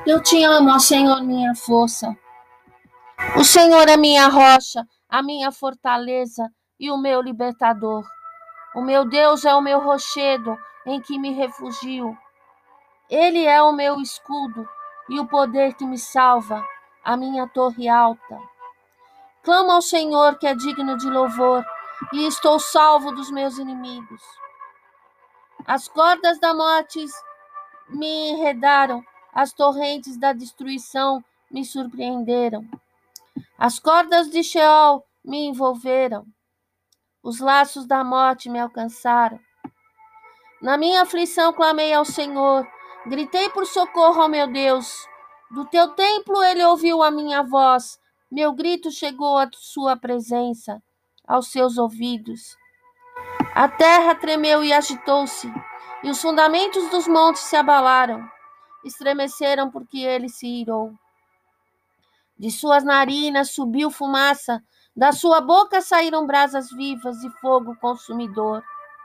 Eu te amo, ó Senhor, minha força. O Senhor é minha rocha, a minha fortaleza e o meu libertador. O meu Deus é o meu rochedo em que me refugio. Ele é o meu escudo e o poder que me salva, a minha torre alta. Clamo ao Senhor, que é digno de louvor, e estou salvo dos meus inimigos. As cordas da morte me enredaram, as torrentes da destruição me surpreenderam. As cordas de Sheol me envolveram, os laços da morte me alcançaram. Na minha aflição clamei ao Senhor, gritei por socorro ao meu Deus. Do teu templo ele ouviu a minha voz, meu grito chegou à sua presença, aos seus ouvidos. A terra tremeu e agitou-se, e os fundamentos dos montes se abalaram, estremeceram porque ele se irou. De suas narinas subiu fumaça, da sua boca saíram brasas vivas e fogo consumidor.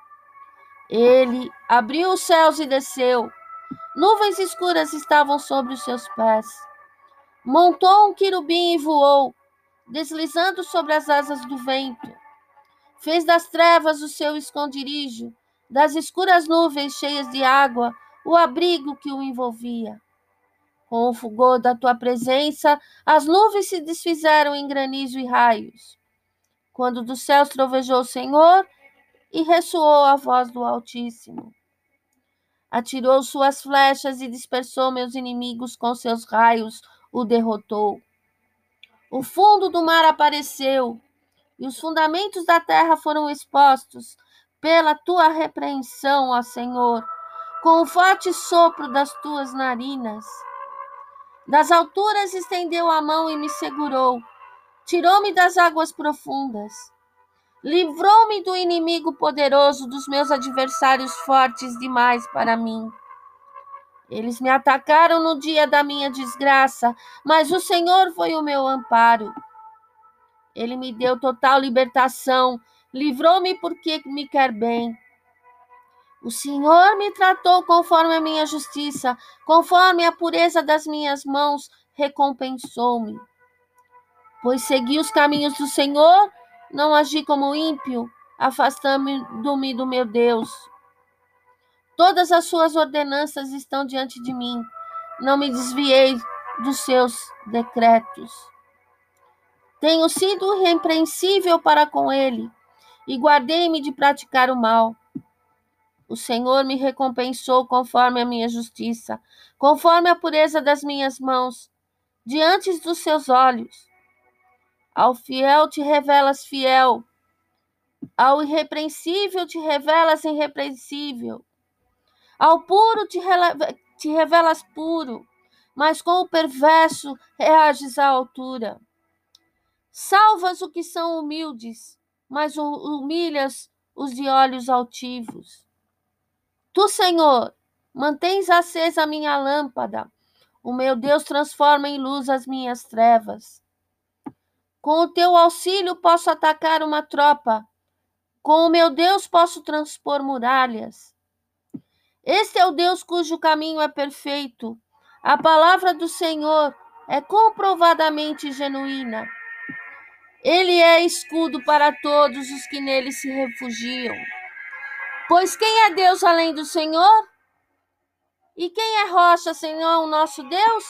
Ele abriu os céus e desceu. Nuvens escuras estavam sobre os seus pés. Montou um querubim e voou, deslizando sobre as asas do vento. Fez das trevas o seu esconderijo, das escuras nuvens cheias de água, o abrigo que o envolvia. Com o fulgor da tua presença, as nuvens se desfizeram em granizo e raios. Quando dos céus trovejou o Senhor e ressoou a voz do Altíssimo. Atirou suas flechas e dispersou meus inimigos com seus raios, o derrotou. O fundo do mar apareceu, e os fundamentos da terra foram expostos pela tua repreensão, ó Senhor, com o forte sopro das tuas narinas. Das alturas estendeu a mão e me segurou, tirou-me das águas profundas. Livrou-me do inimigo poderoso, dos meus adversários fortes demais para mim. Eles me atacaram no dia da minha desgraça, mas o Senhor foi o meu amparo. Ele me deu total libertação, livrou-me porque me quer bem. O Senhor me tratou conforme a minha justiça, conforme a pureza das minhas mãos, recompensou-me. Pois segui os caminhos do Senhor, não agi como ímpio, afastando-me do meu Deus. Todas as suas ordenanças estão diante de mim, não me desviei dos seus decretos. Tenho sido irrepreensível para com ele, e guardei-me de praticar o mal. O Senhor me recompensou conforme a minha justiça, conforme a pureza das minhas mãos, diante dos seus olhos. Ao fiel te revelas fiel, ao irrepreensível te revelas irrepreensível, ao puro te revelas puro, mas com o perverso reages à altura. Salvas o que são humildes, mas humilhas os de olhos altivos. Tu, Senhor, mantens acesa a minha lâmpada. O meu Deus transforma em luz as minhas trevas. Com o teu auxílio posso atacar uma tropa. Com o meu Deus posso transpor muralhas. Este é o Deus cujo caminho é perfeito. A palavra do Senhor é comprovadamente genuína. Ele é escudo para todos os que nele se refugiam. Pois quem é Deus além do Senhor? E quem é rocha, senão o nosso Deus?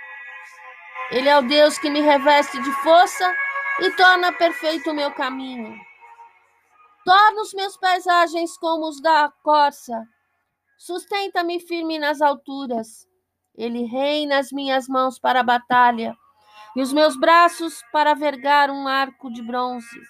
Ele é o Deus que me reveste de força e torna perfeito o meu caminho. Torna os meus paisagens como os da corça. Sustenta-me firme nas alturas. Ele reina as minhas mãos para a batalha e os meus braços para vergar um arco de bronze.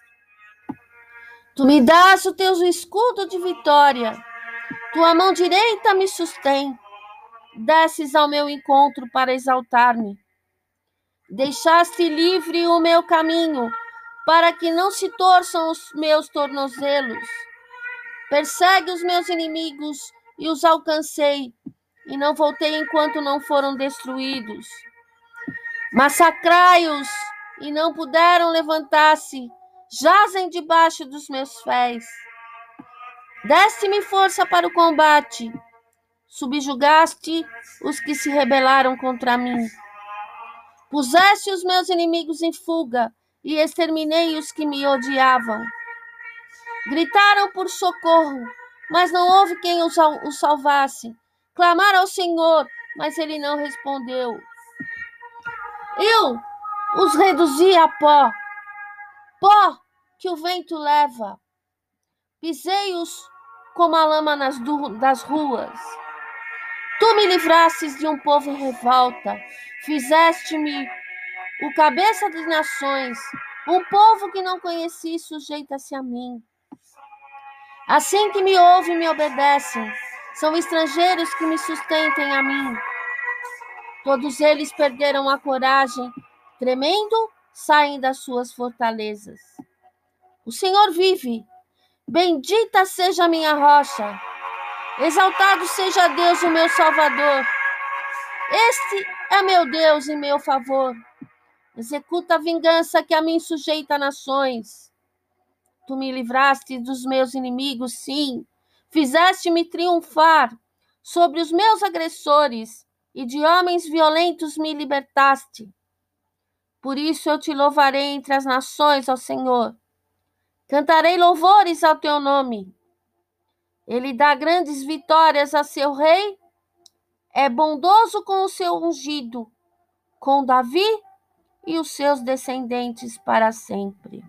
Tu me dás o teu escudo de vitória. Tua mão direita me sustém. Desces ao meu encontro para exaltar-me. Deixaste livre o meu caminho, para que não se torçam os meus tornozelos. Persegue os meus inimigos e os alcancei, e não voltei enquanto não foram destruídos. Massacrai-os e não puderam levantar-se, jazem debaixo dos meus pés. Deste-me força para o combate, Subjugaste os que se rebelaram contra mim. Puseste os meus inimigos em fuga e exterminei os que me odiavam. Gritaram por socorro, mas não houve quem os salvasse. Clamaram ao Senhor, mas ele não respondeu. Eu os reduzi a pó, pó que o vento leva. Pisei-os como a lama das ruas. Tu me livrastes de um povo em revolta. Fizeste-me o cabeça das nações. Um povo que não conheci sujeita-se a mim. Assim que me ouvem e me obedecem, são estrangeiros que me sustentem a mim. Todos eles perderam a coragem, tremendo, saem das suas fortalezas. O Senhor vive. Bendita seja a minha rocha. Exaltado seja Deus, o meu Salvador. Este é meu Deus em meu favor. Executa a vingança que a mim sujeita nações. Tu me livraste dos meus inimigos, sim. Fizeste-me triunfar sobre os meus agressores e de homens violentos me libertaste. Por isso eu te louvarei entre as nações, ó Senhor. Cantarei louvores ao teu nome. Ele dá grandes vitórias a seu rei. É bondoso com o seu ungido, com Davi e os seus descendentes para sempre.